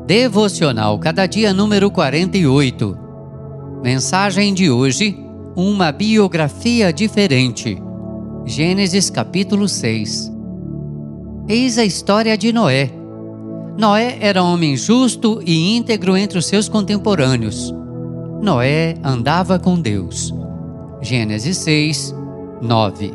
Devocional Cada Dia número 48. Mensagem de hoje: uma biografia diferente. Gênesis capítulo 6. Eis a história de Noé. Noé era um homem justo e íntegro entre os seus contemporâneos. Noé andava com Deus. Gênesis 6, 9.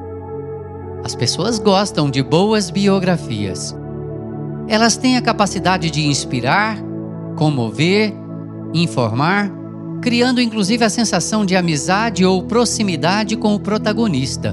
As pessoas gostam de boas biografias. Elas têm a capacidade de inspirar, comover, informar, criando inclusive a sensação de amizade ou proximidade com o protagonista.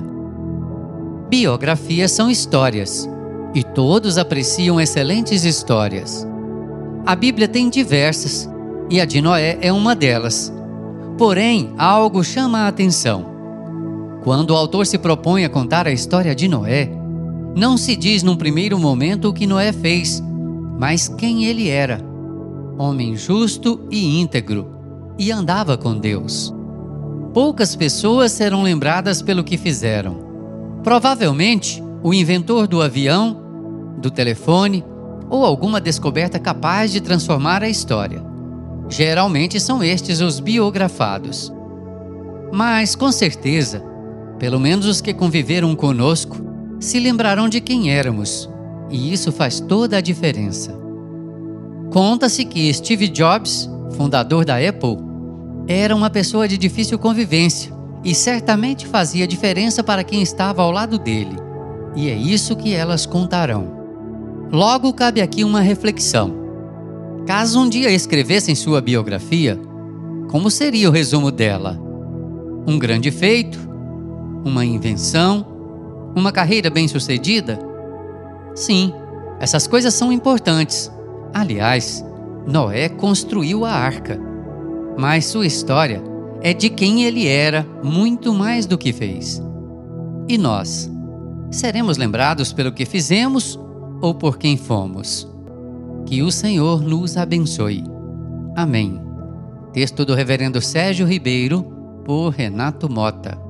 Biografias são histórias, e todos apreciam excelentes histórias. A Bíblia tem diversas, e a de Noé é uma delas. Porém, algo chama a atenção. Quando o autor se propõe a contar a história de Noé, não se diz num primeiro momento o que Noé fez, mas quem ele era. Homem justo e íntegro, e andava com Deus. Poucas pessoas serão lembradas pelo que fizeram. Provavelmente, o inventor do avião, do telefone, ou alguma descoberta capaz de transformar a história. Geralmente são estes os biografados. Mas, com certeza, pelo menos os que conviveram conosco, se lembrarão de quem éramos, e isso faz toda a diferença. Conta-se que Steve Jobs, fundador da Apple, era uma pessoa de difícil convivência e certamente fazia diferença para quem estava ao lado dele, e é isso que elas contarão. Logo, cabe aqui uma reflexão. Caso um dia escrevessem sua biografia, como seria o resumo dela? Um grande feito? Uma invenção? Uma carreira bem-sucedida? Sim, essas coisas são importantes. Aliás, Noé construiu a arca. Mas sua história é de quem ele era, muito mais do que fez. E nós? Seremos lembrados pelo que fizemos ou por quem fomos? Que o Senhor nos abençoe. Amém. Texto do Reverendo Sérgio Ribeiro, por Renato Mota.